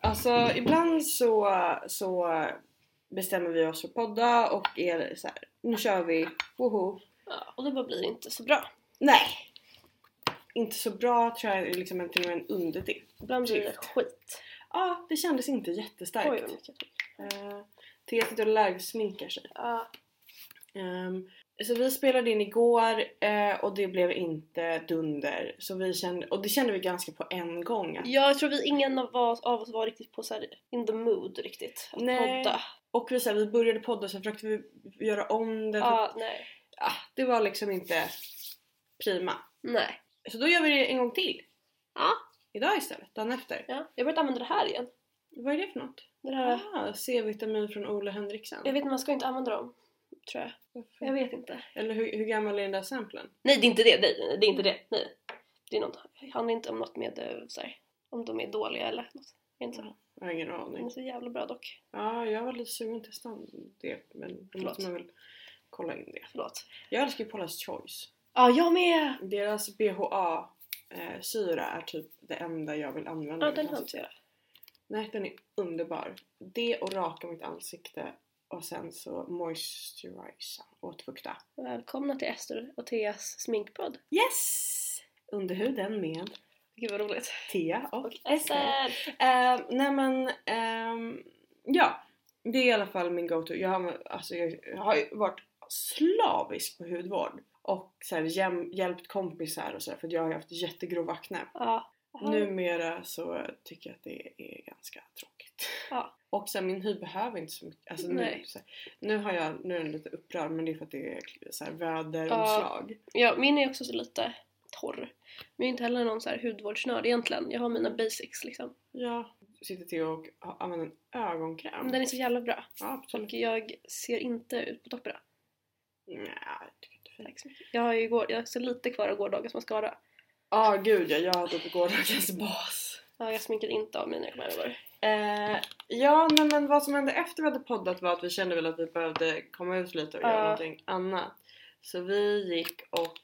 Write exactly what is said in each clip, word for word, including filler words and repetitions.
Alltså ibland så, så bestämmer vi oss för podda och är så här, nu kör vi, woho. Ja, och det bara blir inte så bra. Nej, inte så bra tror jag är liksom en, till och med en underdel. Ibland blir det skit. Ja, det kändes inte jättestarkt. Oj, vad mycket. Uh, Thea sitter och live-sminkar sig. Ja. Um, så vi spelade in igår uh, och det blev inte dunder. Så vi kände, och det kände vi ganska på en gång. Att, Jag tror vi ingen av oss, av oss var riktigt på så här, in the mood riktigt. Att nej. podda. Och vi, så här, vi började podda så försökte vi göra om det. Ja, nej. Ja, det var liksom inte prima. Nej. Så då gör vi det en gång till. Ja. Idag istället, dagen efter. Ja. Jag har börjat använda det här igen. Vad är det för något? Det här. Ah, C-vitamin från Ole Henriksen. Jag vet inte, man ska inte använda dem. Tror jag. Varför? Jag vet inte. Eller hur, hur gammal är den där samplen? Nej, det är inte det. Nej, det är inte det. Nej. Det är något. Det handlar inte om något med eh, så här, om de är dåliga eller något. Det är inte så. Jag har ingen Den aning. är så jävla bra dock. Ja, jag var lite sugen till stan det. Men då måste man väl kolla in det. Förlåt. Jag älskar ju Paula's Choice. Ja, jag med! Deras B H A-syra är typ det enda jag vill använda. Ja, den har inte jag. Nej, den är underbar. Det och raka mitt ansikte. Och sen så moisturisera, återfukta. Välkomna till Ester och Theas sminkpodd. Yes! Under huden med Gud vad roligt. Thea och, Och Ester! Uh, nej men, um, ja. Det är i alla fall min go-to. Jag har, alltså, jag har ju varit slavisk på hudvård. Och så här, jäm, hjälpt kompisar och så där, för jag har haft jättegrov akne. Ja. Numera så tycker jag att det är ganska tråkigt. Ja. Och sen min hy behöver inte så mycket. Alltså nu, så här, nu har jag, nu är den lite upprörd, men det är för att det är så här väderomslag. Ja. Ja, min är också så lite torr. Men jag är inte heller någon så här hudvårdsnörd egentligen. Jag har mina basics liksom. Ja. Sitter till och använder en ögonkräm. Men den är så jävla bra. Ja, absolut. Och jag ser inte ut på toppen. Nej, jag tycker inte det. Tack så mycket. Jag har ju går, jag har så lite kvar av gårdagens mascara. Ja, ah, gud ja, jag hade på gårdagens bas. Ja, jag sminkade inte av mig när jag kom här igår. Eh, ja, nej, men vad som hände efter vi hade poddat var att vi kände väl att vi behövde komma ut lite och uh. göra någonting annat. Så vi gick och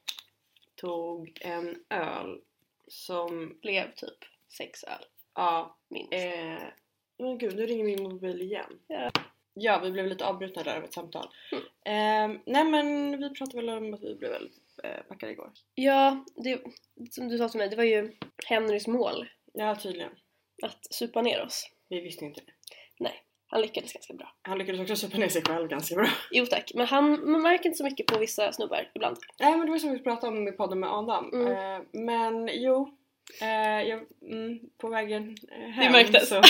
tog en öl som blev typ sex öl. Ja, minst. Eh, men gud, nu ringer min mobil igen. Ja. Ja, vi blev lite avbrutna där av ett samtal. Mm. Eh, nej men vi pratade väl om att vi blev väldigt eh, packade igår. Ja, det, som du sa till mig, det var ju Henrys mål. Ja, tydligen. Att supa ner oss. Vi visste inte det. Nej, han lyckades ganska bra. Han lyckades också supa ner sig själv ganska bra. Jo tack, men han, man märker inte så mycket på vissa snubbar ibland. Nej, men det var som vi pratade om i podden med Adam. Mm. Eh, men jo, eh, jag, mm, på vägen eh, hem det märktes. så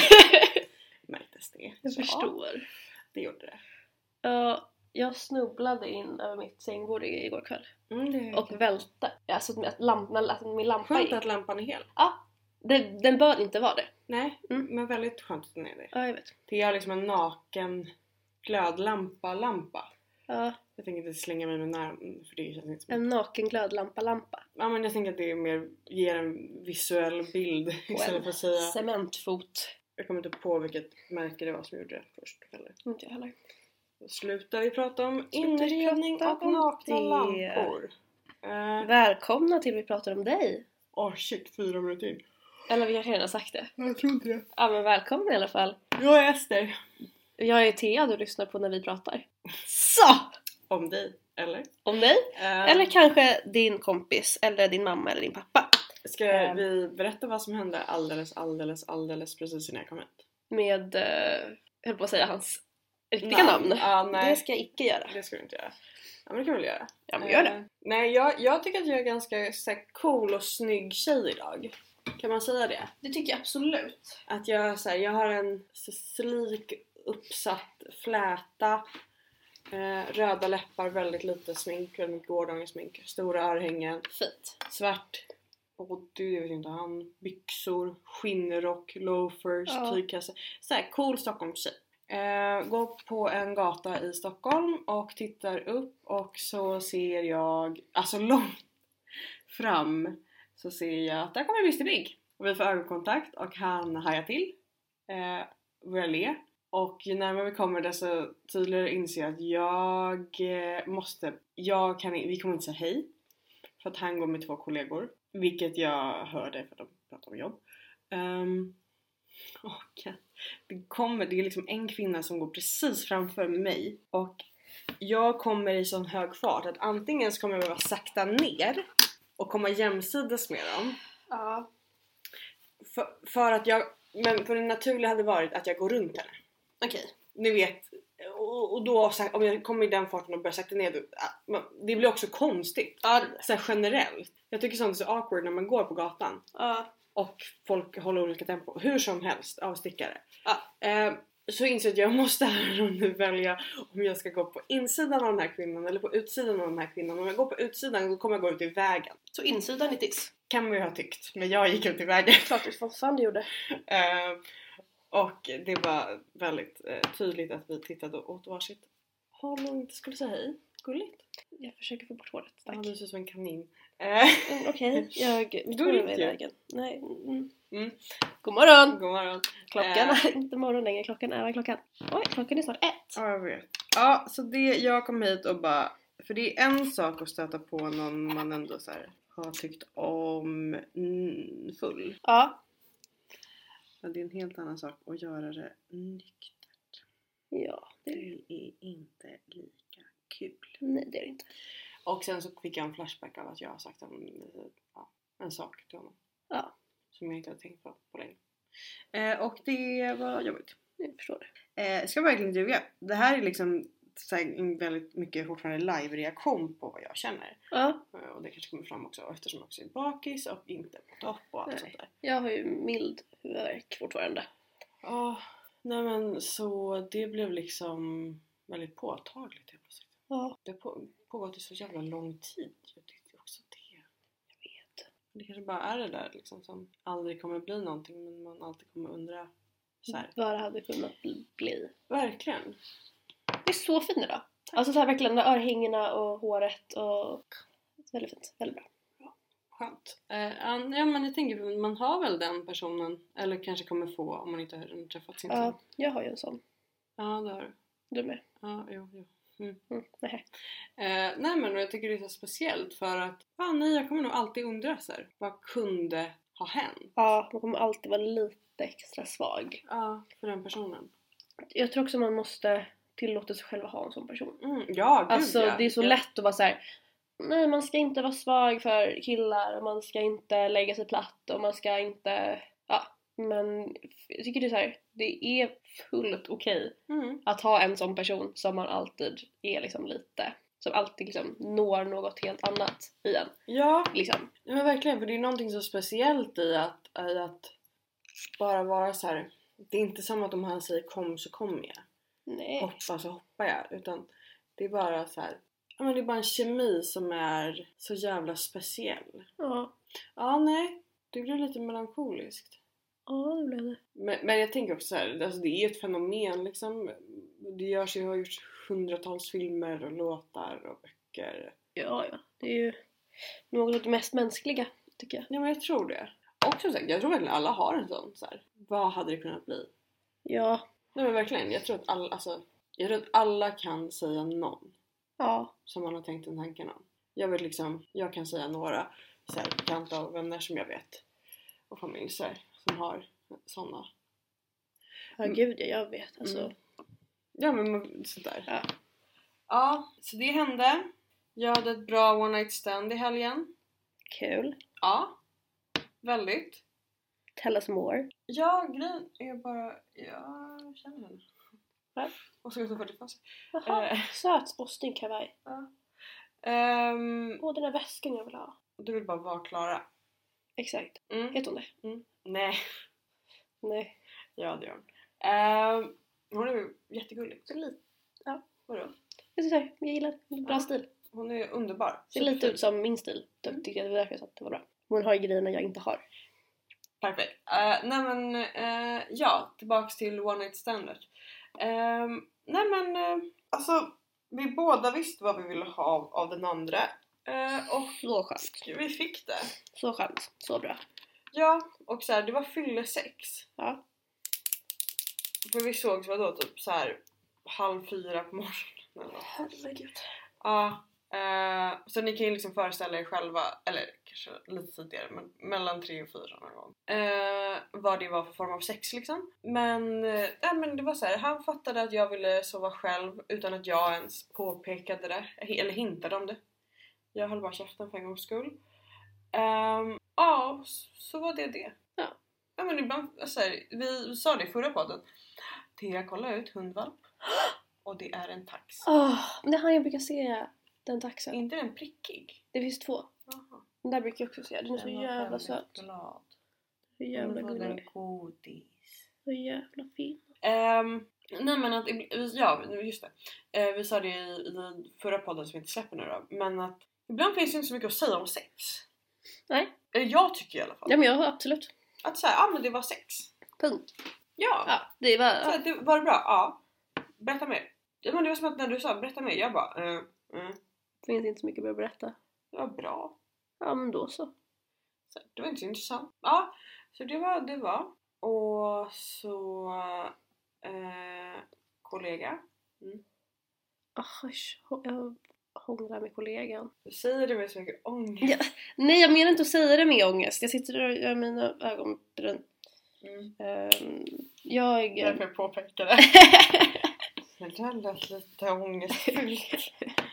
märktes det. Jag så, förstår. Ja, det gjorde det. Uh, jag snubblade in över mitt sängbord igår kväll. Mm, det och välte. Alltså att lampan, att min lampa skönt gick. att lampan är hel. Ja, det, den bör inte vara det. Nej, Mm. men väldigt skönt att den är det. Ja, jag vet. Det är liksom en naken glödlampa-lampa. Ja, Jag tänker inte slänga mig med närm för det känns inte som... en naken glödlampa-lampa. Ja, men jag tänker att det är mer ger en visuell bild istället för att säga... Cementfot. Jag kommer inte på vilket märke det var som gjorde det först heller. Inte jag heller. Då slutar vi prata om Slutar vi inredning prata och om nakna det. lampor. Uh, Välkomna till Vi pratar om dig. Åh oh shit, fyra minuter in. Eller vi kanske redan har sagt det. Jag tror inte det. Ja, men välkomna i alla fall. Jag är Ester. Jag är Thea, du lyssnar på när vi pratar. Så! Om dig, eller? Om dig. Uh, Eller kanske din kompis, eller din mamma, eller din pappa. Ska um, vi berätta vad som hände alldeles, alldeles, alldeles precis innan jag kom hit? Med, uh, jag höll på att säga hans riktiga Nej. namn. Ah, nej. Det ska jag icke göra. Det ska du inte göra. Ja, men det kan vi väl göra. Ja, men gör det. Uh, nej, jag, jag tycker att jag är ganska så här, cool och snygg tjej idag. Kan man säga det? Det tycker jag absolut. Att jag, så här, jag har en så slik uppsatt fläta. Eh, röda läppar, väldigt lite smink. Väldigt gårdagens smink. Stora örhängen. Fint. Svart body, jag vet inte han. Byxor, skinnrock, loafers, Ja. tygkasse. Så här, cool Stockholmstjej. Eh, går på en gata i Stockholm och tittar upp och så ser jag, alltså långt fram så ser jag att där kommer mister Big. Och vi får ögonkontakt och han hajar till. Eh, börjar le. Och ju närmare vi kommer det så tydligare inser jag att jag eh, måste, jag kan, vi kommer inte säga hej. För att han går med två kollegor. Vilket jag hörde för att de pratar om jobb. Um, Och det kommer, det är liksom en kvinna som går precis framför mig. Och jag kommer i sån hög fart att antingen så kommer jag behöva sakta ner och komma jämsides med dem. Ja. För, för att jag, men för det naturliga hade varit att jag går runt henne. Okej. Okay. Ni vet, och, och då om jag kommer i den farten och börjar sakta ner, då, det blir också konstigt. Ja. Så här generellt. Jag tycker sånt är så awkward när man går på gatan. Ja. Och folk håller olika tempo. Hur som helst, avstickare. Ja. Eh, så inser jag att jag måste här och nu välja om jag ska gå på insidan av den här kvinnan eller på utsidan av den här kvinnan. Om jag går på utsidan då kommer jag gå ut i vägen. Så insidan är tics? Kan man ju ha tyckt. Men jag gick ut i vägen. Klart det, vad fan du gjorde. Eh, och det var väldigt eh, tydligt att vi tittade åt varsitt håll och inte skulle säga hej. Gulligt. Jag försöker få bort håret. Tack. Ja, du ser ut som en kanin. Mm, Okej, okay. jag går i vägen. Nej. Mm. Mm. God morgon! God morgon. Klockan är äh... inte morgon längre, klockan är vad klockan? Oj, klockan är snart ett. Ja, jag vet. Ja, så det, jag kom hit och bara... För det är en sak att stöta på någon man ändå så här har tyckt om mm, full. Ja. Men det är en helt annan sak att göra det nyktert. Ja. Det är, det är inte lika kul. Nej, det är det inte. Och sen så fick jag en flashback av att jag har sagt en, ja, en sak till honom. Ja. Som jag inte hade tänkt på på länge. Eh, och det var jobbigt. Jag förstår det. Eh, jag ska verkligen inte ljuga. Det här är liksom så här, väldigt mycket fortfarande live-reaktion på vad jag känner. Ja. Eh, och det kanske kommer fram också eftersom jag också är bakis och inte på topp och allt nej. Sånt där. Jag har ju mild huvudvärk fortfarande. Ja, oh, nej men så det blev liksom väldigt påtagligt helt plötsligt. Ja. Det har på, pågått i så jävla lång tid. Jag tyckte också det. Jag vet. Det kanske bara är det där liksom som aldrig kommer bli någonting men man alltid kommer undra så här. Vad det hade kunnat bli. Verkligen. Det är så fint idag. Alltså så här verkligen med örhängena och håret och väldigt fint, väldigt bra. Ja, skönt. Eh, ja men jag tänker man har väl den personen eller kanske kommer få om man inte har träffat sin ja, son. Jag har ju en sån. Ja, det har du. Du med? Ja, jo, jo. Mm. Mm, nej. Eh, nej men jag tycker det är så speciellt för att ah, nej, jag kommer nog alltid undra så här, vad kunde ha hänt? Ja, man kommer alltid vara lite extra svag. Ja, för den personen. Jag tror också man måste tillåta sig själv att ha en sån person. Mm, ja, gud, alltså ja. det är så ja. lätt att vara så här. Nej, man ska inte vara svag för killar och man ska inte lägga sig platt och man ska inte, ja, men jag tycker det är så här, det är fullt okej mm. att ha en sån person som man alltid är liksom lite, som alltid liksom når något helt annat i en. Ja, liksom. Ja men verkligen, för det är någonting så speciellt i att, i att bara vara så här. Det är inte som att om han säger kom så kommer jag. Nej. Hoppa så hoppar jag. Utan det är bara så här. Ja men det är bara en kemi som är så jävla speciell. Ja. Ja nej, det blir lite melankoliskt. Ja det blev det. Men, men jag tänker också så här, alltså det är ett fenomen liksom. Det görs ju, har gjorts hundratals filmer och låtar och böcker. Ja ja, det är ju något av det mest mänskliga tycker jag. Ja men jag tror det. Och som sagt, jag tror verkligen alla har en sån så här. Vad hade det kunnat bli? Ja. Nej men verkligen, jag tror att alla, alltså, jag tror att alla kan säga någon. Ja. Som man har tänkt en tanken om. Jag vet liksom, jag kan säga några så här, bekanta och vänner som jag vet. Och familj så här, som har såna. Ja gud ja, jag vet alltså. Mm. Ja men sånt där. Ja. Ja, så det hände. Jag hade ett bra one night stand i helgen. Kul. Ja, väldigt. Tell us more. Ja, grejen är bara, jag känner henne. Va? Och så går det fyrtio fast. Jaha, Eh. söt och snygg kavaj. Ja. Um, Åh, den här väskan jag vill ha. du vill bara vara Klara. Exakt. Mm. Vet hon det? Mm. Nej. Nej. Ja, det gör hon. Um, hon är ju jättegullig. Så lite. Ja. Vadå? Jag, säga, jag gillar den. Bra Ja. stil. Hon är underbar. Ser lite ut som min stil. Jag tycker att det verkar så att det var bra. Hon har ju grejerna jag inte har. Perfekt. Uh, nej men, uh, ja, tillbaks till one night standard. Uh, nej men, uh, alltså, vi båda visste vad vi ville ha av, av den andra. Uh, och Så skönt. vi fick det. Så skönt. Så bra. Ja, och så här, det var fyllesex. Ja. För vi sågs vadå, typ så här halv fyra på morgonen. Herregud. Ja. Uh, så ni kan ju liksom föreställa er själva, eller kanske lite tidigare, men mellan tre och fyra någon gång. Eh, vad det var för form av sex liksom. Men, eh, ja, men det var så här, han fattade att jag ville sova själv utan att jag ens påpekade det, eller hintade om det. Jag höll bara käften för en gångs skull. Um, ja, så, så var det det. Ja. Ja, men ibland, alltså, vi, vi sa det i förra podden. Thea, kolla ut, hundvalp. Och det är en tax. Oh, det här jag brukar se, den taxen. Inte den prickig? Det finns två. Aha. Den där brukar jag också se, den är så Den var jävla väldigt söt. glad. Så jävla Hon får en gullig. godis. Så jävla fin. Um, nej men att, ja just det. Uh, vi sa det i, i förra podden som vi inte släpper nu då. Men att ibland finns det inte så mycket att säga om sex. Nej. Eller jag tycker i alla fall. Ja men jag absolut. Att säga, ja men det var sex. Punkt. Ja. Ja, det var... Så, Ja. det, var det bra? Ja. Berätta mer. Ja, men det var som att när du sa berätta mer. Jag bara, uh, uh. Det finns inte så mycket att berätta. Det var bra. Ja men då så. Så, det var inte så intressant. Ja, så det var det var. Och så eh, kollega. Mm. Ach, jag hånglar med kollegan. Du säger det med så mycket ångest. Ja. Nej, jag menar inte att säga det med ångest. Jag sitter och gör mina ögonbryn. Mm. Um, jag... Därför jag påpekar det. Det där lät lite ångestfyllt.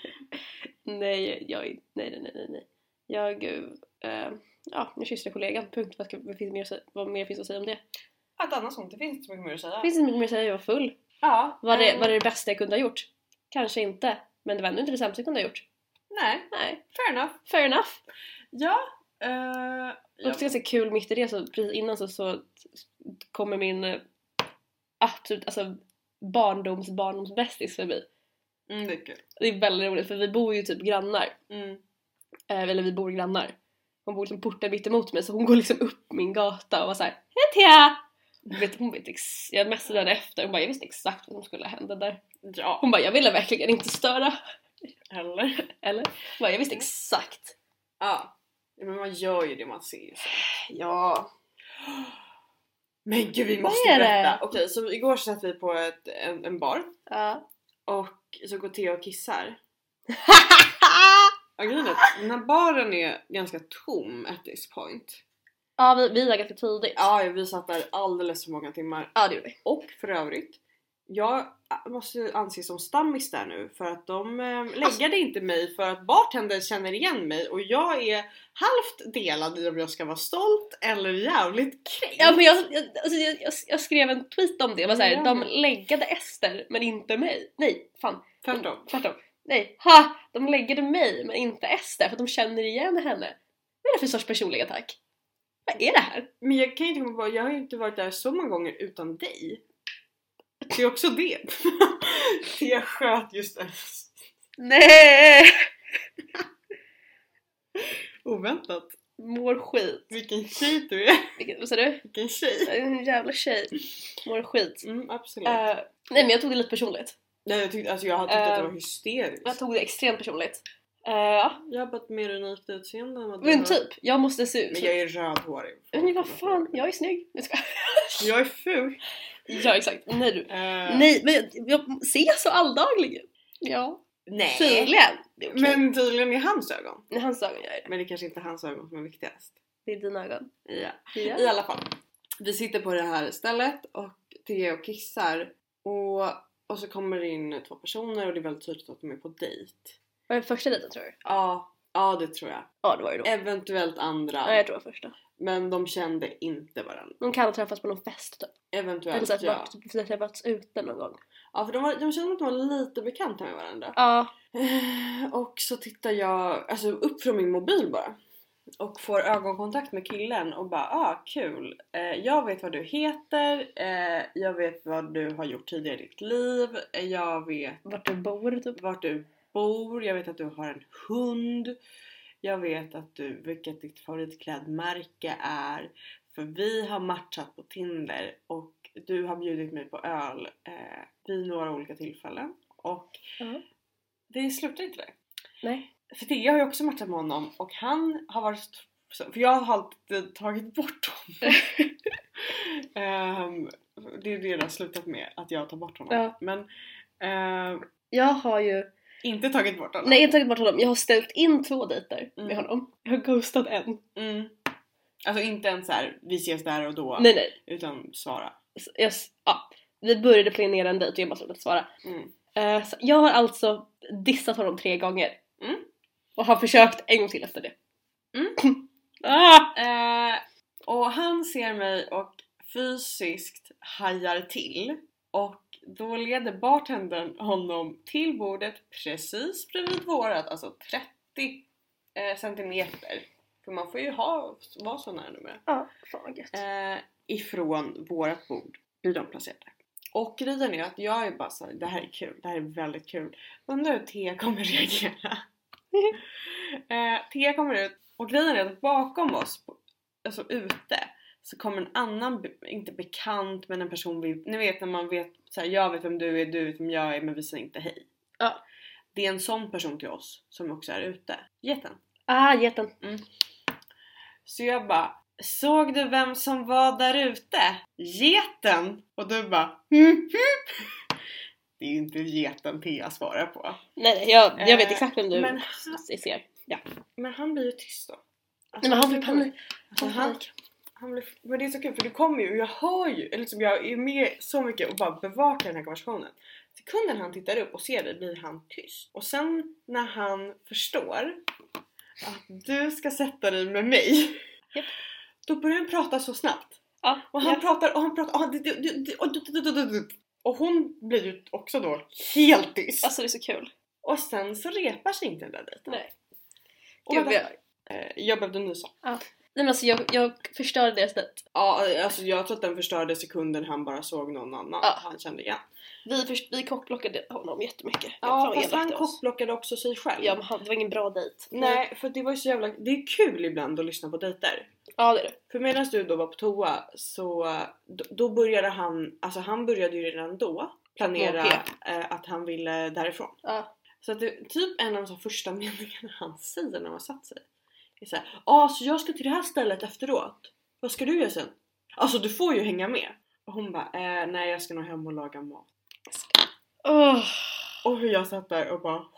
nej, jag... Nej, nej, nej, nej. Jag... Uh, ja, jag kysste kollegan. Punkt. Vad, ska, vad, finns mer att säga, vad mer finns att säga om det? Ett annat sånt, det finns inte så mycket mer att säga. Det finns inte mycket mer att säga, jag var full. Ja. Var det, um, var det det bästa jag kunde ha gjort? Kanske inte. Men det var ändå inte det sämsta jag kunde ha gjort. Nej, Nej. fair enough. Fair enough. Ja. Uh, Det var också ganska kul mitt i det, så precis innan så, så kommer min äh, absolut, alltså barndoms barndomsbästis förbi. Mm, det är kul. Det är väldigt roligt för vi bor ju typ grannar. Mm. Äh, eller vi bor grannar. Hon bor liksom porten mitt emot mig, så hon går liksom upp min gata och var såhär: hej Thea! Hon vet, hon vet ex- jag messade henne efter, hon bara, jag visste exakt vad som skulle hända där. Ja. Hon bara, jag ville verkligen inte störa. Eller? Eller? Hon bara, jag visste exakt. Ja. Men man gör ju det man ser. Så. Ja. Men gud, vi Vad måste är det? berätta. Okej, så igår satt vi på ett, en, en bar. Ja. Och så går Theo och kissar. Och grejen är att den här baren är ganska tom at this point. Ja, vi, vi var ganska tidigt. Ja, vi satt där alldeles för många timmar. Ja, det gjorde vi. Och för övrigt, jag måste anses som stammis där nu. För att de äh, läggade inte mig för att bartender känner igen mig. Och jag är halvt delad i om jag ska vara stolt eller jävligt kränkt. Ja, men jag, jag, alltså jag, jag, jag skrev en tweet om det. Var så här, Ja. de läggade Ester men inte mig. Nej, fan. Tvärtom. Tvärtom. Nej, ha! De läggade mig men inte Ester för att de känner igen henne. Vad är det för sorts personlig attack? Vad är det här? Men jag kan ju inte komma på, jag har ju inte varit där så många gånger utan dig. Det är också det. Det jag sköt just det. Nej! Oväntat. Mår skit. Vilken tjej du är. Vilket, vad sa du? Vilken tjej. Jag är en jävla tjej. Mår skit. Mm, absolut. Uh, nej, men jag tog det lite personligt. Nej, jag tyckte, alltså jag har tyckt att det Uh, var hysteriskt. Jag tog det extremt personligt. Uh, ja. Jag har bara ett mer unikt utseende än vad du Men har. typ, jag måste se ut. Men jag är rödhårig. Men vad fan, jag är snygg. Jag ska... Jag är ful. Ja, exakt. Nej du. Uh, Nej, men jag, jag ser så alldaglig ut. Ja. nej. Tydligen. Det är okej. Men tydligen i hans ögon. I hans ögon gör jag det. Men det kanske inte är hans ögon som är viktigast. Det är dina ögon. Ja. Ja. I alla fall. Vi sitter på det här stället och Theo och kissar. Och, och så kommer det in två personer och det är väldigt tydligt att de är på dejt. Var det första dejten tror du? Ja, ja det tror jag. Ja, det var det då. Eventuellt andra. Ja, jag tror det var första. Men de kände inte varandra. De kan ha träffats på någon fest typ. Eller Eventuellt, så att ja. ja. Typ, träffats ute någon gång. Ja, för de, var, de kände att de var lite bekanta med varandra. Ja. Och så tittar jag alltså upp från min mobil bara. Och får ögonkontakt med killen och bara, ah kul. Eh, jag vet vad du heter. Eh, jag vet vad du har gjort tidigare i ditt liv. Eh, jag vet Vart du bor typ. vart du bor. Jag vet att du har en hund. Jag vet att du, vilket ditt favoritklädmärke är. För vi har matchat på Tinder. Och du har bjudit mig på öl eh, vid några olika tillfällen. Och Ja. det slutar inte där. Nej. För det, jag har ju också matchat med honom. Och han har varit... För jag har alltid tagit bort honom. um, det är det det har slutat med. Att jag tar bort honom. Ja. Men... Uh, Jag har ju Inte tagit bort honom? Nej, jag har inte tagit bort honom. Jag har ställt in två dejter Mm. med honom. Jag har ghostat en. Mm. Alltså inte ens så här, vi ses där och då. Nej, nej. Utan svara. Så jag, ja, vi började planera en dejt och jag bara slutade svara. Mm. Uh, så jag har alltså dissat honom tre gånger. Mm. Och har försökt en gång till efter det. Mm. ah! Eh, och han ser mig och fysiskt hajar till. Och då leder bartendern honom till bordet precis bredvid vårat. Alltså trettio eh, centimeter. För man får ju ha, vara så nära numera. Ja, fan vad gött. Eh, ifrån vårat bord. Hur de placerade. Och grejen är att jag är bara så här, det här är kul. Det här är väldigt kul. Undrar hur Thea kommer reagera. eh, Thea kommer ut. Och grejen är att bakom oss, alltså ute, så kommer en annan, inte bekant, men en person vi, ni vet när man vet, så här, jag vet vem du är, du vet vem jag är, men vi säger inte hej. Ja. Det är en sån person till oss som också är ute. Geten. Ah, geten. Mm. Så jag bara, såg du vem som var där ute? Geten! Och du bara, mm. Det är ju inte geten Thea svarar på. Nej, nej jag, jag vet Eh, exakt vem du men- ser. Ja. Men han blir ju tyst då. Nej, Alltså, men han blir panik. Alltså, han, han blir, men det är så kul för du kommer ju och jag hör ju, eller liksom jag är med så mycket och bara bevakar den här konversationen. Sekunden han tittar upp och ser dig blir han tyst. Och sen när han förstår att du ska sätta dig med mig, Japp. då börjar han prata så snabbt. Ja, Och han ja. pratar och han pratar och, han, och, och, och hon blir ju också då helt tyst. Alltså det är så kul. Och sen så repar sig inte den där dejten. Nej. Och Gud, vänta, jag, eh, jag behövde nysa. ja. Nej men alltså jag, jag förstörde deras dejt. Ja, alltså jag tror att den förstörde sekunden han bara såg någon annan Ja. han kände igen. Vi, först, vi kockblockade honom jättemycket. Ja, Fan vad fast elakt han det var. kockblockade också sig själv. Ja, men han, det var ingen bra dejt. Nej, för det var ju så jävla... Det är kul ibland att lyssna på dejter. Ja, det är det. För medan du då var på toa så då, då började han... Alltså han började ju redan då planera Okej. eh, att han ville därifrån. Ja. Så att det, typ en av de första meningarna han säger när man satt sig. Det är såhär, ja ah, så jag ska till det här stället efteråt. Vad ska du göra sen? Alltså du får ju hänga med. Och hon bara, eh, nej jag ska nog hem och laga mat. Oh. Och hur jag satt där och bara,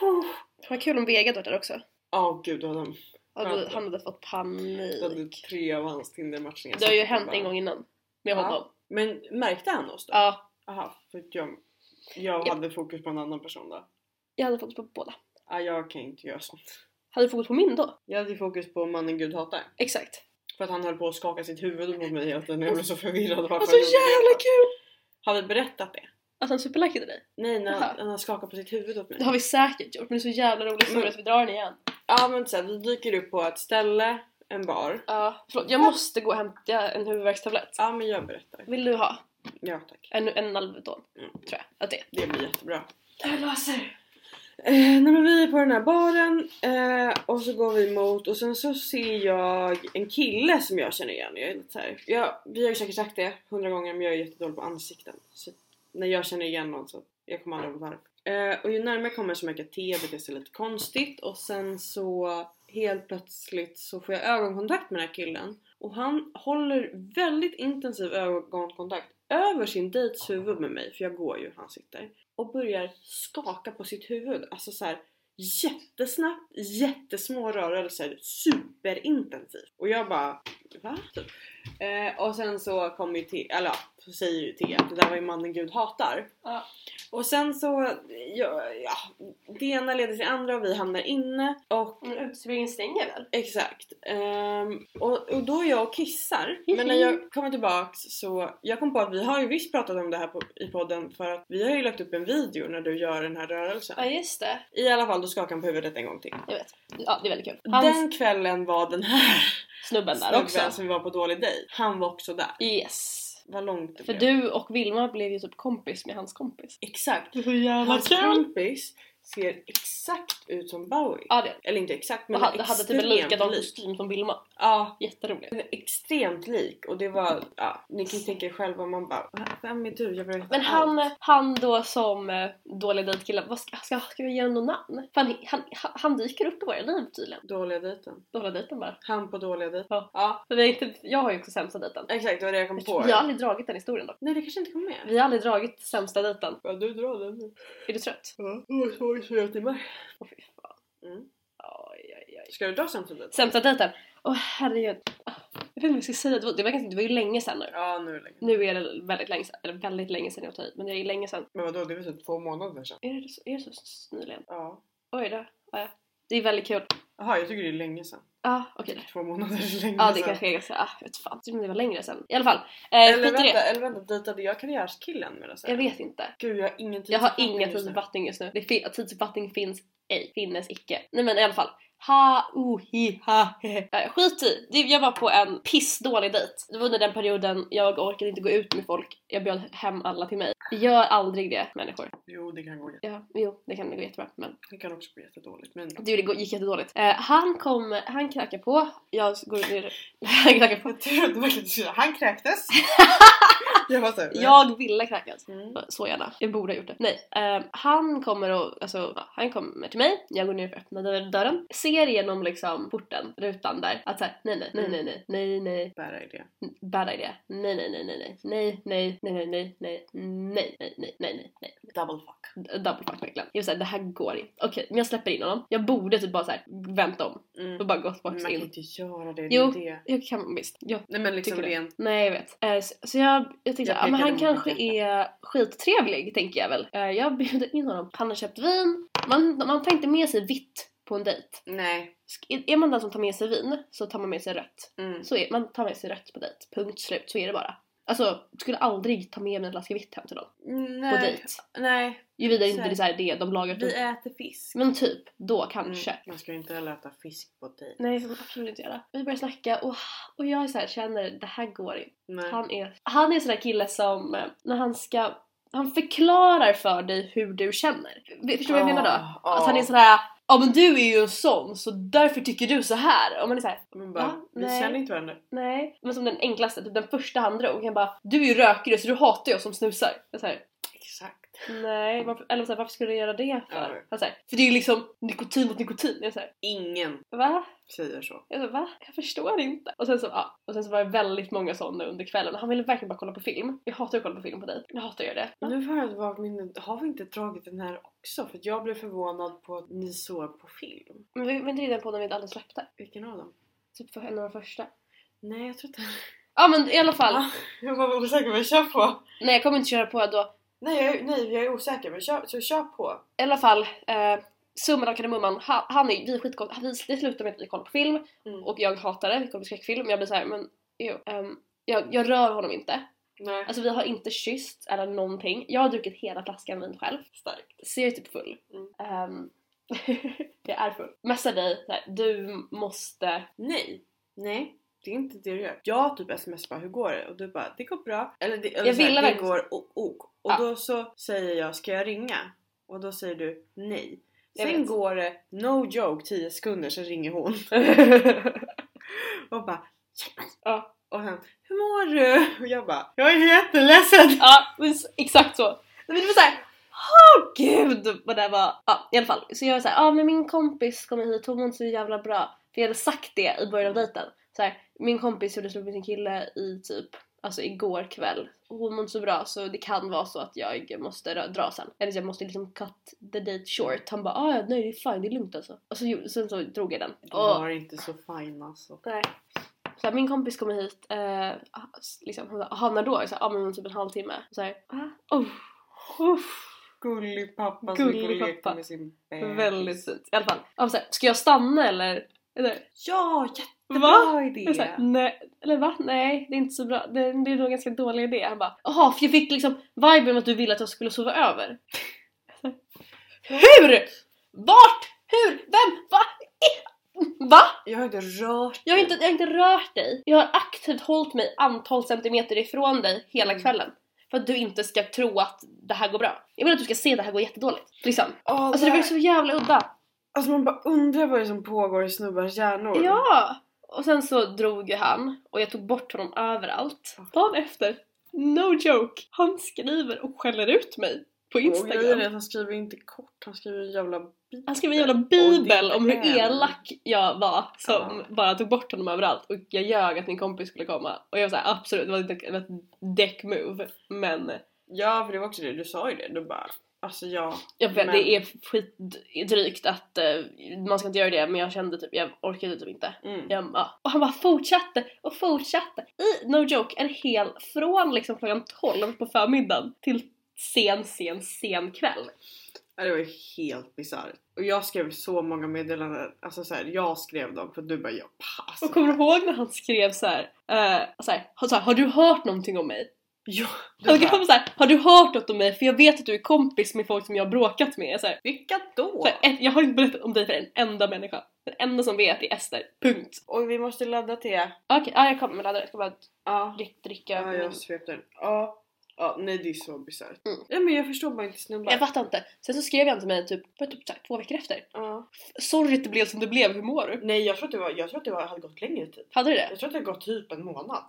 Vad kul om Vega var där också. ja oh, gud, då hade han, Ja, du, han hade fått panik. då hade tre av hans Tinder-matchningar. Det har ju satt hänt bara- en gång innan. Med Ja. honom. Men märkte han oss då? Ja. Aha, för att jag, jag Ja. hade fokus på en annan person då. Jag hade fokus på båda. Ja, jag kan inte göra sånt. Hade du fokus på min då? Jag hade fokus på mannen Gud hatar. Exakt. För att han höll på att skaka sitt huvud mot mig hela tiden. Jag blev så förvirrad varför Vad så han gjorde jävla det. kul! Har vi berättat det? Att han superlikade dig. Nej, när Aha. han, när han skakar på sitt huvud åt mig. Det har vi säkert gjort. Men det är så jävla rolig historia Mm. så vi drar den igen. Ja, men så här, vi dyker upp på ett ställe, en bar. Ja. Förlåt, jag måste gå och hämta en huvudvärkstablett. Ja, men jag berättar. Vill du ha? Ja, tack. En, en Alvedon. Mm. Tror jag. Att det. Det blir jättebra. Jag löser. Eh, nej men vi är på den här baren eh, och så går vi mot och sen så ser jag en kille som jag känner igen. Jag är lite så här, jag, vi har ju säkert sagt det hundra gånger men jag är jättedålig på ansikten. Så när jag känner igen någon så jag kommer aldrig ihåg varför. Eh, och ju närmare jag kommer så märker jag att T beter sig lite konstigt och sen så helt plötsligt så får jag ögonkontakt med den här killen. Och han håller väldigt intensiv ögonkontakt över sin dejts huvud med mig, för jag går ju, han sitter. Och börjar skaka på sitt huvud, alltså så här jättesnabbt, jättesmå rörelser, superintensivt. Och jag bara, va? Typ. Eh, och sen så kommer ju till, eller ja, så säger ju till att det där var ju mannen Gud hatar. Ja. Och sen så, ja, ja, det ena leder till det andra och vi hamnar inne och Men uteserveringen stänger väl? exakt. Ehm, och, och då är jag och kissar. Men när jag kommer tillbaks så... Jag kom på att vi har ju visst pratat om det här på, i podden. För att vi har ju lagt upp en video när du gör den här rörelsen. Ja, just det. I alla fall, då skakar han på huvudet en gång till. Jag vet. Ja, det är väldigt kul. Hans Den kvällen var den här snubben där snubben också. som vi var på dålig dejt. Han var också där. Yes. Vad långt det För blev. du och Vilma blev ju typ kompis med hans kompis. Exakt. Det är så jävla Hans kompis ser exakt ut som Bowie. Ja, det är det. Eller inte exakt, men Och hade, hade typ en extremt likadan lik. kostym som Vilma. Ja. Jätteroligt. Den är extremt lik och det var, ja, ni kan ju tänka er själva, man bara, vem är du? Jag vill veta Men han, allt. han då som eh, dålig dejtkille, vad ska, ska, ska vi ge honom något namn? För han, han, han dyker upp i våra liv tydligen. Dåliga dejten. Dåliga dejten bara. Han på dåliga dejten. Ja. Ja, För vi är inte, jag har ju också sämsta dejten. exakt, det var det jag kom på. Vi har aldrig dragit den historien dock. Nej, det kanske inte kom med. Vi har aldrig dragit sämsta dejten. Ja, du drar den nu. Är du trött? Ja, det var Oj, fyra timmar. Åh fy fan. Mm. Oj, oj, oj. Ska du dra sämsta dejten? Sämsta dejten? Åh herregud. Jag vet inte vad jag ska säga. Det var, det var, ganska, det var ju länge sedan nu. Ja, nu är det länge. Nu är det väldigt länge sedan. Eller väldigt länge sedan jag tar hit. Men det är ju länge sedan. Men vadå, det var typ två månader sedan. Är det så, är det så nyligen? Ja. Oj då. Ja. Det är väldigt kul. Jaha, jag tycker det är länge sedan. Ja, ah, okej. Okay. Två månader är länge Ja, det sedan. kanske är ganska... Ah, jag vet fan. Det var längre sedan. I alla fall. Eh, eller, vänta, det. eller vänta, dejtade jag karriärskillen med det så här? Jag vet inte. Gud, jag har ingen Jag har tidsuppfattning ingen just nu. tidsuppfattning just nu. Det fin- tidsuppfattning finns ej. Finnes icke. Nej men i alla fall. Ha, oh, hi, ha, he. Äh, skit i. Det- Jag var på en pissdålig dejt. Det var under den perioden jag orkade inte gå ut med folk. Jag bjöd hem alla till mig. Gör aldrig det, människor. Jo, det kan gå jätte... Ja, jo, det kan gå jättebra. Men Det kan också gå jättedåligt. Men... det gick jättedåligt. Eh, han kom, han knackar på. Jag går ner. Han knackar på. Jag tror att det verkligen skulle... Han kräktes. jag var så här, Jag ville knackas. Mm. Så gärna. Jag borde ha gjort det. Nej. Eh, han kommer och, alltså, ja, han kommer till mig. Jag går ner för att öppna dörren. Ser genom liksom porten, rutan där. Att såhär, nej nej, nej nej nej, nej nej. Bära idé. Bad idea. Nej nej nej nej nej. Nej nej nej nej nej nej nej nej nej nej nej. Double fuck. Double fuck verkligen. Jag vill säga, det här går inte. Okej, men jag släpper in honom. Jag borde typ bara såhär vänta om. Mm. Och bara gått Men bort man kan in. inte göra det. Jo. Det är det. Jag kan visst. Jag Nej men liksom tycker det. rent. Nej, jag vet. Eh, så, så jag, jag tänkte, Jag ja, men pekade han mot kanske min är skittrevlig, tänker jag väl. Eh, jag bjuder in honom. Han har köpt vin. Man, man tar inte med sig vitt på en dejt. Nej. Sk- Är man den som tar med sig vin så tar man med sig rött. Mm. Så är, man tar med sig rött på dejt. Punkt slut, så är det bara. Alltså, jag skulle aldrig ta med mig en flaska vitt hem till dem. Nej. På dejt. Nej. Ju vidare Så inte här, det är så här, det de lagar Vi typ. äter fisk. Men typ, då kanske. Mm. Man ska ju inte heller äta fisk på dejt. Nej, det får man absolut inte göra. Vi börjar snacka och, och jag är så här, känner det här går inte. Nej. Han är, han är en sån där kille som eh, när han ska, han förklarar för dig hur du känner. Förstår du vad jag menar då? Ah, Att han är ah. sån här, ja men du är ju en sån så därför tycker du så här. Och man är så här, Men bara, Va? vi Nej. känner inte varandra. nej. Men som den enklaste, typ den första han drog. Han bara, du är ju rökig så du hatar jag som snusar. Jag säger, Exakt. nej. Varför, eller så här, varför skulle du göra det för? Ja. Han säger, för det är ju liksom nikotin mot nikotin. Jag säger, Ingen va? säger så. Jag sa, va? Jag förstår inte. Och sen så, ja. Och sen så var det väldigt många sådana under kvällen. Han ville verkligen bara kolla på film. Jag hatar att kolla på film på dig. Jag hatar att göra det. Nu har jag ett vagt minne. Har vi inte dragit den här också? För att jag blev förvånad på att ni såg på film. Men vi var inte redan på när vi inte aldrig släppte. Vilken av dem? Typ för en av de första. Nej, jag tror inte. Ja men i alla fall. Ah, jag var osäker, men kör på. Nej jag kommer inte köra på då. Nej, jag, nej, jag är osäker, men kör, så kör på. I alla fall. Eh, summan av kardemumman. Han, han är, vi är skitgott. Vi, det slutar med att vi kollar på film. Mm. Och jag hatar det. Vi kollar på skräckfilm. Jag blir såhär, men jo, um, jag, jag rör honom inte. Nej, Alltså vi har inte kysst eller någonting. Jag har druckit hela flaskan vin själv. starkt. Så jag är typ full. Mm. Um, jag är full. Messar dig, så här, du måste... Nej, nej. Det är inte det du gör. Jag typ sms bara, hur går det? Och du bara, det går bra. Eller, det, eller Jag så här, ville det verkligen- går o- ok. Och Ja. då så säger jag, ska jag ringa? Och då säger du, nej. Jag Sen vet. går det, no joke, tio sekunder, så ringer hon. Och bara, hjälp mig. Ja. Och han, hur mår du? Och jag bara, jag är jätteledsen. Ja, men s- exakt så. Men det var såhär, åh gud vad det var. Ja, i alla fall. Så jag var såhär, ja men min kompis kommer hit, hon mår inte så jävla bra. För jag hade sagt det i början av dejten. Så här, min kompis gjorde slut med sin kille i typ, alltså igår kväll. Hon mår inte så bra så det kan vara så att jag måste dra, dra sen. Eller jag måste liksom cut the date short. Han bara, ah, ja, nej det är fine, det är lugnt alltså. Och så, gjorde- sen så drog jag den. Du Och, var inte så fin alltså. nej. Så här, min kompis kommer hit, eh, liksom, hon bara, aha, när då? Jag sa, ja men typ en halvtimme. Så här, ah, oh, oh. Gullig pappa Gullig som går och leker pappa. med sin bebis. Väldigt fint. I alla fall. Ja, så här, ska jag stanna eller? eller? Ja, jättebra Va? idé. Jag sa, nej, eller va? Nej, det är inte så bra. Det, det är nog en ganska dålig idé. Han bara, jaha, för jag fick liksom viben att du ville att jag skulle sova över. Jag sa, hur? Vart? Hur? Vem? Va? I- Va? Jag har inte rört Jag har inte, jag har inte rört dig. Jag har aktivt hållit mig antal centimeter ifrån dig hela Mm. kvällen. För att du inte ska tro att det här går bra. Jag vill att du ska se att det här går jättedåligt. Liksom. Åh, Alltså det var där- så jävla udda. Alltså man bara undrar vad det är som pågår i snubbars hjärnor. Ja! Och sen så drog ju han. Och jag tog bort honom överallt. Dagen efter, no joke, han skriver och skäller ut mig på Och grejen är Instagram. att han skriver inte kort, han skriver en jävla bibel. Han skrev en jävla Och bibel det om hur är- elak jag var som Ja. bara tog bort honom överallt. Och jag ljög att min kompis skulle komma. Och jag var såhär, absolut, det var ett, ett deck move. Men Ja, för det var också det, du sa ju det. Du bara, Alltså ja. Jag vet, men... det är skitdrygt att uh, man ska inte göra det, men jag kände typ, jag orkade typ inte. Mm. Jag, ja. Och han bara fortsatte och fortsatte. I, no joke, en hel, från liksom klockan tolv på förmiddagen till sen, sen, sen kväll. Ja, det var helt bisarrt. Och jag skrev så många meddelanden. Alltså så här, jag skrev dem för att du bara, jag pass. Och kommer du ihåg när han skrev så här, uh, så här, så här, har du hört någonting om mig? Ja, Han bara, så här, har du hört något om mig? För jag vet att du är kompis med folk som jag har bråkat med. Så här, vilka då? så här, jag har inte berättat om dig för en enda människa. Den enda som vet är Ester. Punkt. Och vi måste ladda till. Okej, okay, ja, jag kommer med laddare. Jag ska bara ja. drick, dricka. Ja, jag svepte den. Ja. Ja, nej det är så bisarrt. Mm. Ja, men jag förstår bara inte snubbar. Jag fattar inte. Sen så skrev han till mig typ, för typ så här, två veckor efter. Ja. Sorry att det blev som det blev, hur mår du? Nej, jag tror att det var, jag tror att det var, hade gått längre tid. Hade du det? Jag tror att det hade gått typ en månad.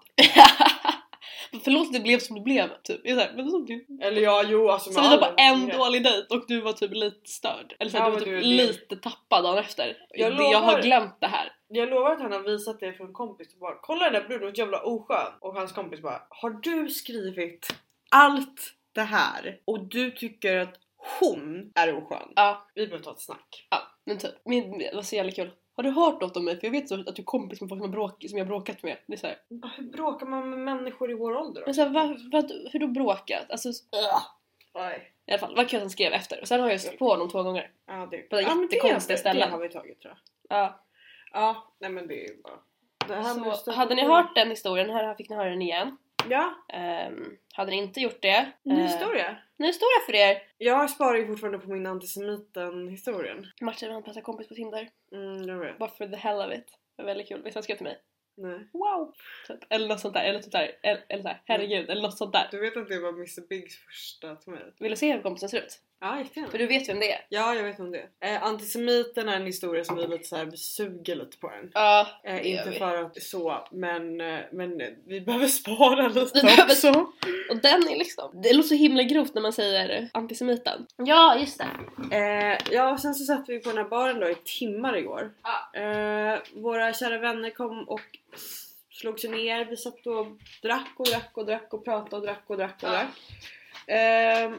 Förlåt att det blev som det blev, typ. Jag är så här, men som du... Eller ja, jo alltså. Så vi var på en dålig dejt och du var typ lite störd. Eller så här, Ja, du var du, typ det... lite tappad dagen efter. Jag, det, lovar, jag har glömt det här. Jag lovar att han har visat det för en kompis och bara, kolla den där bruden, jävla oskön. Och hans kompis bara, har du skrivit allt det här och du tycker att hon är oskön? Ja. Vi behöver ta ett snack. Ja, men typ. Men det var så jävla kul. Har du hört något om mig? För jag vet så att du är kompis med folk som, har bråk, som jag har bråkat med. Det är så här. Hur bråkar man med människor i vår ålder? Men så här, vad, vad, hur du bråkat? Alltså, nej. i alla fall, vad kul att han skrev efter. Och sen har jag skrivit på honom två gånger. Ja, det, på ja, jättekonstiga det, ställen. det har vi tagit, tror jag. Ja. Ja, nej men det är ju bara... Det här Så, hade ni hört den historien, här fick ni höra den igen. Ja. Um, hade ni inte gjort det... Ny uh, historia? Ny historia för er! Jag sparar ju fortfarande på min antisemiten-historien. Martin han passar kompis på Tinder. Mm, jag vet. Bara for the hell of it. Det var väldigt kul. Visst han skrev till mig? Nej. Wow! Typ. Eller något sånt där. Eller typ där. Eller, eller såhär, herregud. Mm. Eller något sånt där. Du vet att det var mister Biggs första till mig? Vill du se hur kompisen ser ut? Ja, jättegärna. För du vet vem det är. Ja, jag vet om det. Eh, antisemiten är en historia som vi lite så här, vi suger lite på den. Ja, eh, Inte vi. för att så, men, eh, men vi behöver spara lite behöver... också. Och den är liksom, det låter så himla grovt när man säger antisemiten. Ja, just det. Eh, ja, och sen så satt vi på den här baren då i timmar igår. Ja. Eh, våra kära vänner kom och slog sig ner. Vi satt och drack och drack och drack och pratade och drack och drack och drack. Eh,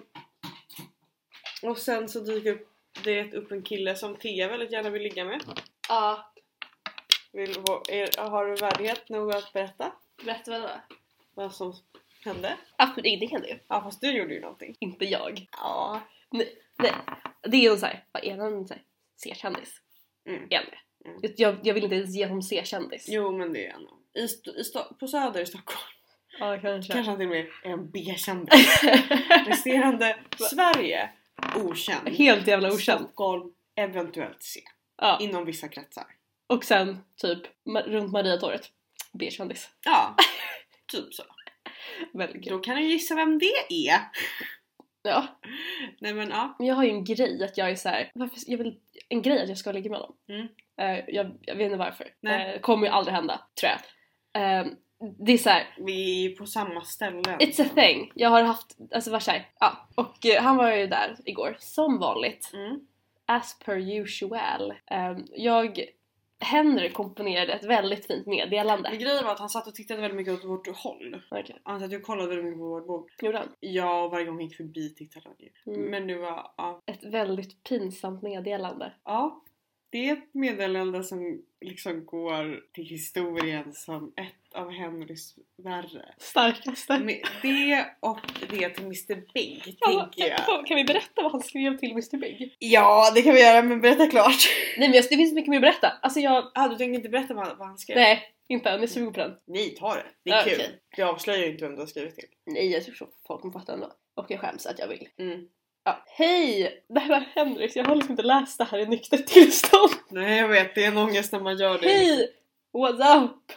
och sen så dyker det upp en kille som Tia väldigt gärna vill ligga med. Ja. Vill, är, har du värdighet nog att berätta? Berätta vad det var. Vad som hände? Absolut, ingenting hände ju. Ja, fast du gjorde ju någonting. Inte jag. Ja. Nej, nej. Det är ju så här, vad är han så här, C-kändis? Mm. Är det? Mm. Jag, jag vill inte ens ge honom C-kändis. Jo, men det är han. I, st- i st- på Söder i Stockholm. Ja, kanske. Kanske han till och med är en B-kändis. Resterande Sverige, okänd. Helt jävla okänd. Stockholm, eventuellt C. Ja. Inom vissa kretsar. Och sen typ ma- runt Mariatorget. B-kändis. Ja, typ så. Väldigt kul. Då kan du gissa vem det är. Ja. Nej men ja. Men jag har ju en grej att jag är så här, varför, jag vill, en grej att jag ska ligga med honom. Mm. Uh, jag, jag vet inte varför. Nej. Uh, kommer ju aldrig hända, tror jag. Uh, det är så här, vi är ju på samma ställen. it's a thing. Jag har haft, alltså vad säger ja. Och uh, han var ju där igår, som vanligt. Mm. As per usual. Um, jag, Henrik komponerade ett väldigt fint meddelande. Men grejen var att han satt och tittade väldigt mycket åt vårt håll. Okay. Han satt och kollade väldigt mycket på vårt bord. Gjorde han? Ja, varje gång han gick förbi tittade han ju. Mm. Men nu var, ja. Ett väldigt pinsamt meddelande. Ja. Det är ett meddelande som liksom går till historien som ett av Henrys värre. Starkaste. Med det och det till mister Big, Ja, tänker jag. kan, kan vi berätta vad han skrev till mister Big? Ja, det kan vi göra, men berätta klart. Nej, men det finns mycket mer att berätta. Alltså jag... Ah, du tänker inte berätta vad, vad han skrev? Nej, inte än. Jag suger på den. Nej, ta det. Det är Ja, kul. okej. Jag avslöjar ju inte vem du har skrivit till. Nej, jag tror så folk kommer fatta ändå. Och jag skäms att jag vill. Mm. Ja. Hej! Det här var Henrik. Jag har liksom inte läst det här i nyktert tillstånd. Nej, jag vet. Det är en ångest när man gör det. Hej! What's up?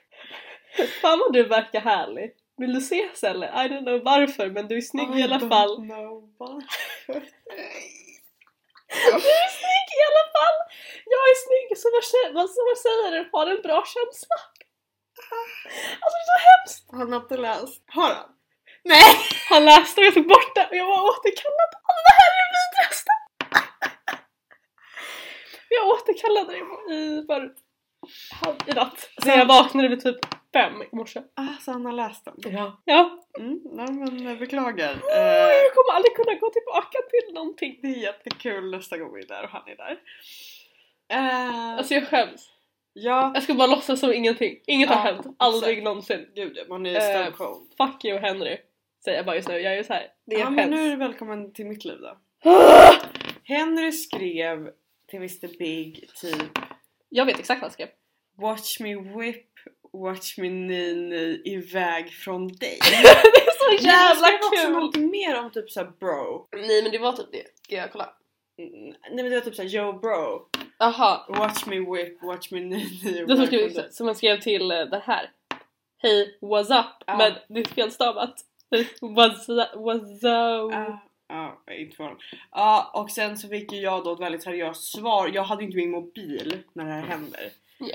Fan vad du verkar härlig. Vill du ses eller? I don't know varför, men du är snygg I i alla don't fall. know varför. Du är snygg i alla fall! Jag är snygg, så vad säger, vad, så vad säger du? Har en bra känsla? Alltså det är så hemskt! Han har inte läst. Har han? Nej! Han läste och jag tog bort det och jag var återkallad. Alltså det här är det vidraste! Jag återkallade det i förut. halv i natt. Så jag vaknade vid typ fem i morse. Ah, så han har läst den. Ja. Ja. Mm, nej men jag beklagar. Oh, jag kommer aldrig kunna gå tillbaka till någonting. Det är jättekul nästa gång vi är där och han är där. Uh, Alltså jag skäms. Ja. Jag ska bara låtsas som ingenting. Inget Ja, har hänt. Aldrig exakt. någonsin. Gud, man är stone Uh, cold. fuck you Henry. Säger jag bara just nu. Jag är ju så här. Det är Ja, men hemskt. nu är du välkommen till mitt liv då. Henry skrev till mister Big typ Jag vet exakt vad han skrev. Watch me whip, watch me nini iväg från dig. Det är så jävla det var också kul. någonting mer om typ såhär bro. Nej men det var typ det. Ska jag kolla? Mm, nej men det var typ såhär yo bro. Aha. Watch me whip, watch me nini Det som, iväg från skrev, dig. som han skrev till uh, det här. Hej, what's up? Ja. Men det är felstavat. What's up? What's up? Ja, ja, jag är inte förvånad. Ja, och sen så fick ju jag då ett väldigt seriöst svar. Jag hade inte min mobil när det här händer.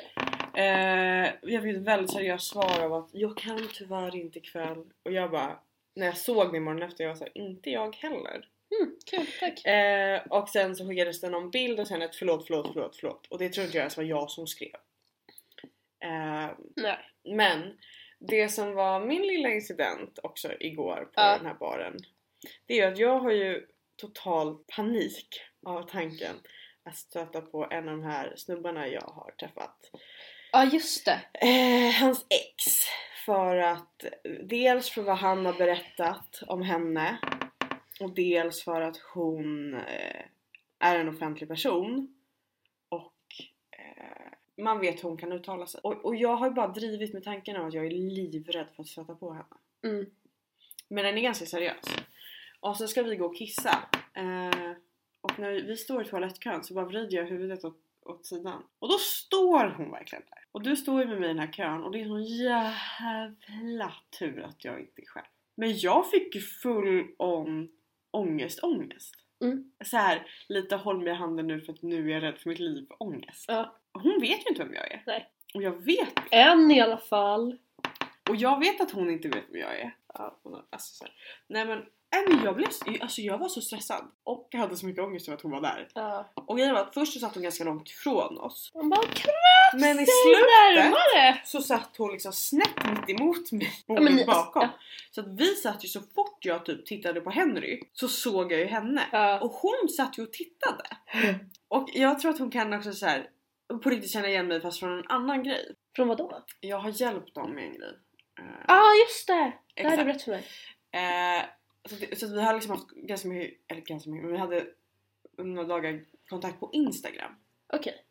Yeah. Eh, jag fick ett väldigt seriöst svar av att jag kan tyvärr inte ikväll. Och jag bara, när jag såg det morgonen efter, jag var så här, inte jag heller. Mm, kul, tack. Eh, och sen så skickades det någon bild och sen ett förlåt, förlåt, förlåt, förlåt. Och det tror inte jag ens var jag som skrev. Eh, Nej. men det som var min lilla incident också igår på Ja. den här baren, det är ju att jag har ju total panik av tanken att stöta på en av de här snubbarna jag har träffat. Ja, just det. Eh, hans ex. För att dels för vad han har berättat om henne och dels för att hon eh, är en offentlig person och eh, man vet hur hon kan uttala sig. Och, och jag har ju bara drivit med tanken av att jag är livrädd för att stöta på henne. Mm. Men den är ganska seriös. Och så ska vi gå och kissa. Eh, och när vi, vi står i toalettkön så bara vrider jag huvudet åt, åt sidan. Och då står hon verkligen där. Och du står ju med mig i den här kön. Och det är sån jävla tur att jag inte är själv. Men jag fick ju full om ångest, ångest. Mm. Så här, lite håll mig i handen nu för att nu är jag rädd för mitt liv, ångest. Ja. Och hon vet ju inte vem jag är. Nej. Och jag vet. En i alla fall. Och jag vet att hon inte vet vem jag är. Ja, hon har, alltså, så här. Nej men, nej, men jag blev, alltså jag var så stressad. Och jag hade så mycket ångest över att hon var där. Ja. Och grejen var att först så satt hon ganska långt ifrån oss. Man bara kraft. Men i sig slutet närmare. så satt hon liksom snett mitt emot mig. Ja, men ni- bakom. ja. Så att vi satt ju, så fort jag typ tittade på Henry så såg jag ju henne. Ja. Och hon satt ju och tittade. Och jag tror att hon kan också så här på riktigt känna igen mig fast från en annan grej. Från vad då? Jag har hjälpt dem med en grej. Eh, Ja, ah, just det. Det hade Exakt. du berättat för mig. Eh, så, det, så att vi har liksom haft ganska mycket, eller ganska mycket, men vi hade under några dagar kontakt på Instagram. Okej.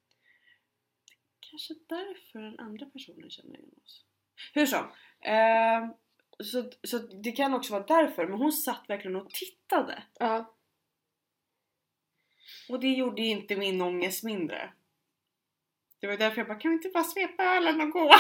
Kanske därför den andra personen känner igen oss. Hur som. Eh, så, så det kan också vara därför, men hon satt verkligen och tittade. Ja. Och det gjorde ju inte min ångest mindre. Det var därför jag bara, kan vi inte bara svepa ölen och gå?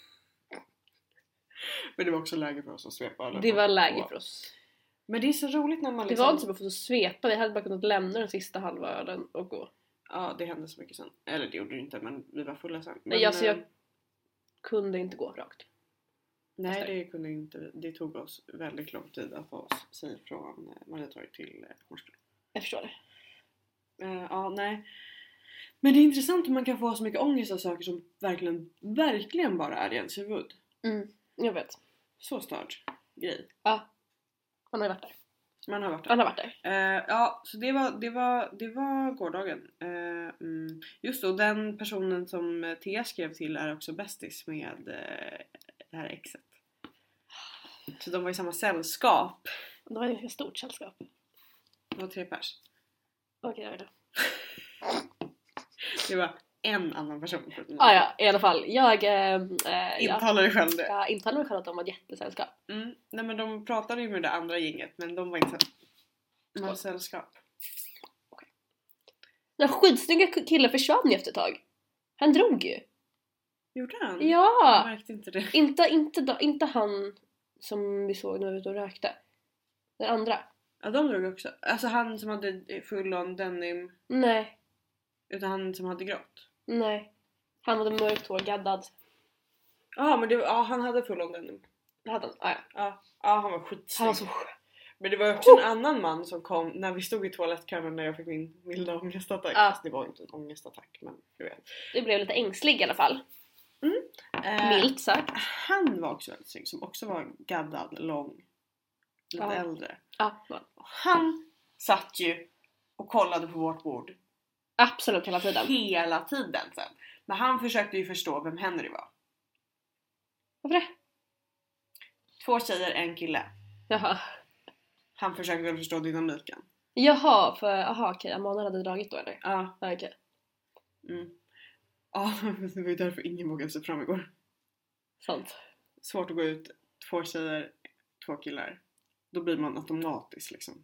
Men det var också läge för oss att svepa ölen. Det var och läge gå. för oss. Men det är så roligt när man Det liksom... var inte så bara för att svepa. Vi hade bara kunnat lämna den sista halva ölen och gå. Ja, det hände så mycket sen. Eller det gjorde det inte, men vi var fulla sen. Men, Nej, alltså jag eh, kunde inte gå rakt. Nej, det kunde inte. Det tog oss väldigt lång tid att få oss sig från eh, Mariatorg till eh, Hornstull. Jag förstår det. Uh, ja, nej. Men det är intressant hur man kan få så mycket ångest av saker som verkligen, verkligen bara är i ens huvud. Mm, jag vet. Så störd grej. Ja. Han har ju varit där. Man har varit där. Han har varit där. Uh, ja, så det var, det var, det var gårdagen. Uh, mm. Just då, den personen som Thea skrev till är också bästis med uh, det här exet. Så de var i samma sällskap. Det var ju ett stort sällskap. Det var tre pers. Okej, jag vet det. Det var en annan person. Ah, ja, i alla fall. Jag äh, äh, Intalar dig själv det. jag intalar mig själv att de var ett jättesällskap. Mm. Nej, men de pratade ju med det andra gänget, men de var inte de var sällskap. Den skitsnygga killen försvann ju efter ett tag. Han drog ju. Gjorde han? Ja. Jag märkte inte det. Inte, inte, då, inte han som vi såg när vi var ute och rökte. Den andra. Ja, de drog också. Alltså han som hade full on denim. Nej, Utan han som hade grått. nej. Han hade mörkt hår, gaddad. Ja, men det, ja, han hade full on denim. Det hade han. Ah, ja. Ja, ja han var skitsnygg. Han var så... Men det var också en annan man som kom när vi stod i toalettkön när jag fick min milda ångestattack. Ja. Fast det var inte en ångestattack, men du vet. Du blev lite ängslig i alla fall. Eh, Milt sagt. Han var också väldigt snygg, som också var gaddad, lång, lite Ja. äldre. Ja, ja. Och han satt ju och kollade på vårt bord Absolut hela tiden. hela tiden sen. Men han försökte ju förstå vem Henry var. Varför det? Två tjejer, en kille. Jaha. Han försökte väl förstå dynamiken. Jaha, för aha, okej. Amanda hade dragit då eller? Ja. Ja, okej. Mm. Ja, det var ju därför ingen vågade se fram igår. Sant. Svårt att gå ut, två tjejer, två killar. Då blir man automatiskt liksom.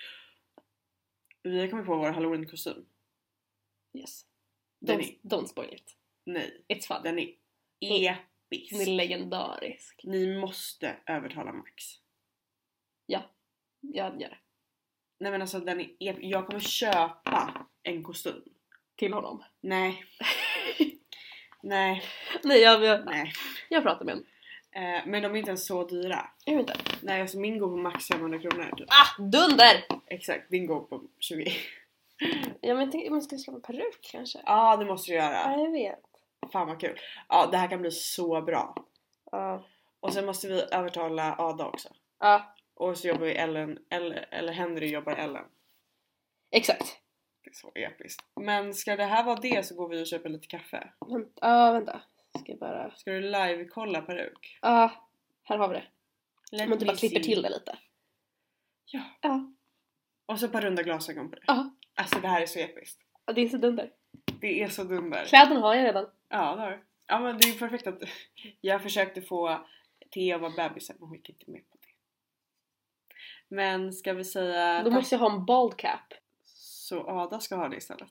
Vi har kommit på vår Halloween-kostym. Yes. Den Don't, är, don't spoil it. nej, It's fun. den är Den episk. är legendarisk. Ni måste övertala Max. Ja, jag gör det. Nej men alltså den är ep- jag kommer köpa en kostym. Till honom. Nej. Nej. Nej, jag, jag, Nej. jag pratar med honom. Eh, men de är inte ens så dyra. Jag vet inte. Nej, alltså min går på max femhundra kronor typ. Ah, dunder! Exakt, din går på tjugo. Ja, men jag tänkte, man ska skaffa en peruk kanske. Ja, det måste du göra. Ja, jag vet. Fan vad kul. Ja, det här kan bli så bra. Ja. Och sen måste vi övertala Ada också. Ja, Och så jobbar vi Ellen, eller, eller Henry jobbar Ellen. exakt. Det är så episkt. Men ska det här vara det så går vi och köper lite kaffe. Vänt, ja, vänta. Ska jag bara... Ska du live-kolla peruk? Ja, här har vi det. Let Om du bara me klipper see. till det lite. Ja. Ja. Och så ett par runda glasögon på det. Ja, Alltså det här är så episkt. ja, det är så dunder. Det är så dunder. Kläderna har jag redan. Ja, det har du. Ja, men det är ju perfekt att jag försökte få Thea vara bebisen men hon gick inte med på det. Men ska vi säga... Då måste jag ha en bald cap. Så Ada ska ha det istället.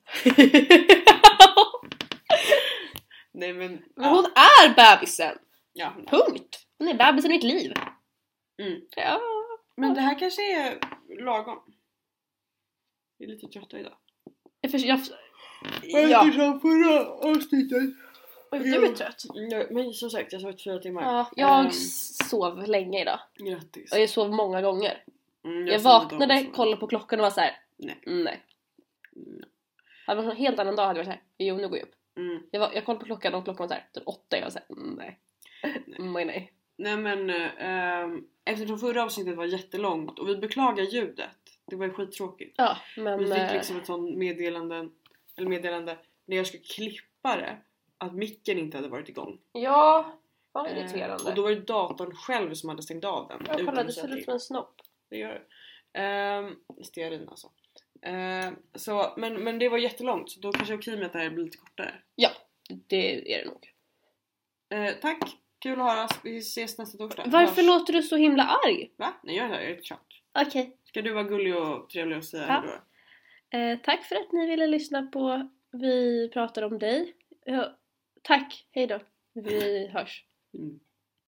Nej men... Men ja. hon är bebisen. Ja. Punkt. Hon är bebisen i mitt liv. Mm. Ja. Men det här kanske är lagom. Vi är lite trötta idag. Jag för, jag, ja. Som förra avsnittet. Oj, du är trött. Ja, men som sagt, jag sov fyra timmar. Ja, jag Ehm, sov länge idag. Grattis. Och jag sov många gånger. Mm, Jag, sov vaknade, dem, så- kollade på klockan och var så här. Nej. Mm, nej. Mm. Hade det varit en helt annan dag hade jag varit så här. Jo, nu går jag upp. Mm. Jag, var, jag kollade på klockan och klockan var så här. Typ åtta. Jag var så här. Mm, nej. Mm, nej. Nej men ähm, eftersom förra avsnittet var jättelångt och vi beklagar ljudet. Det var ju skittråkigt. Ja, men... Vi fick eh, liksom ett sånt meddelande, eller meddelande när jag skulle klippa det, att micken inte hade varit igång. Ja, vad Eh, irriterande. och då var det datorn själv som hade stängt av den. jag utan kollade, att det säga ser ut till. som en snopp. Det gör det. Ehm, stearin alltså. Ehm, så, men, men det var jättelångt, så då kanske jag är okej med att det här blir lite kortare. Ja, det är det nog. Eh, tack, kul att höras. Vi ses nästa torsdag. Varför Hörs. låter du så himla arg? Va? Nej, jag är, jag är lite tjatt. Okej. Ska du vara gullig och trevlig och säga Ja. hejdå då? Eh, tack för att ni ville lyssna på Vi pratar om dig. Ja, tack, hej då. Vi hörs. Mm.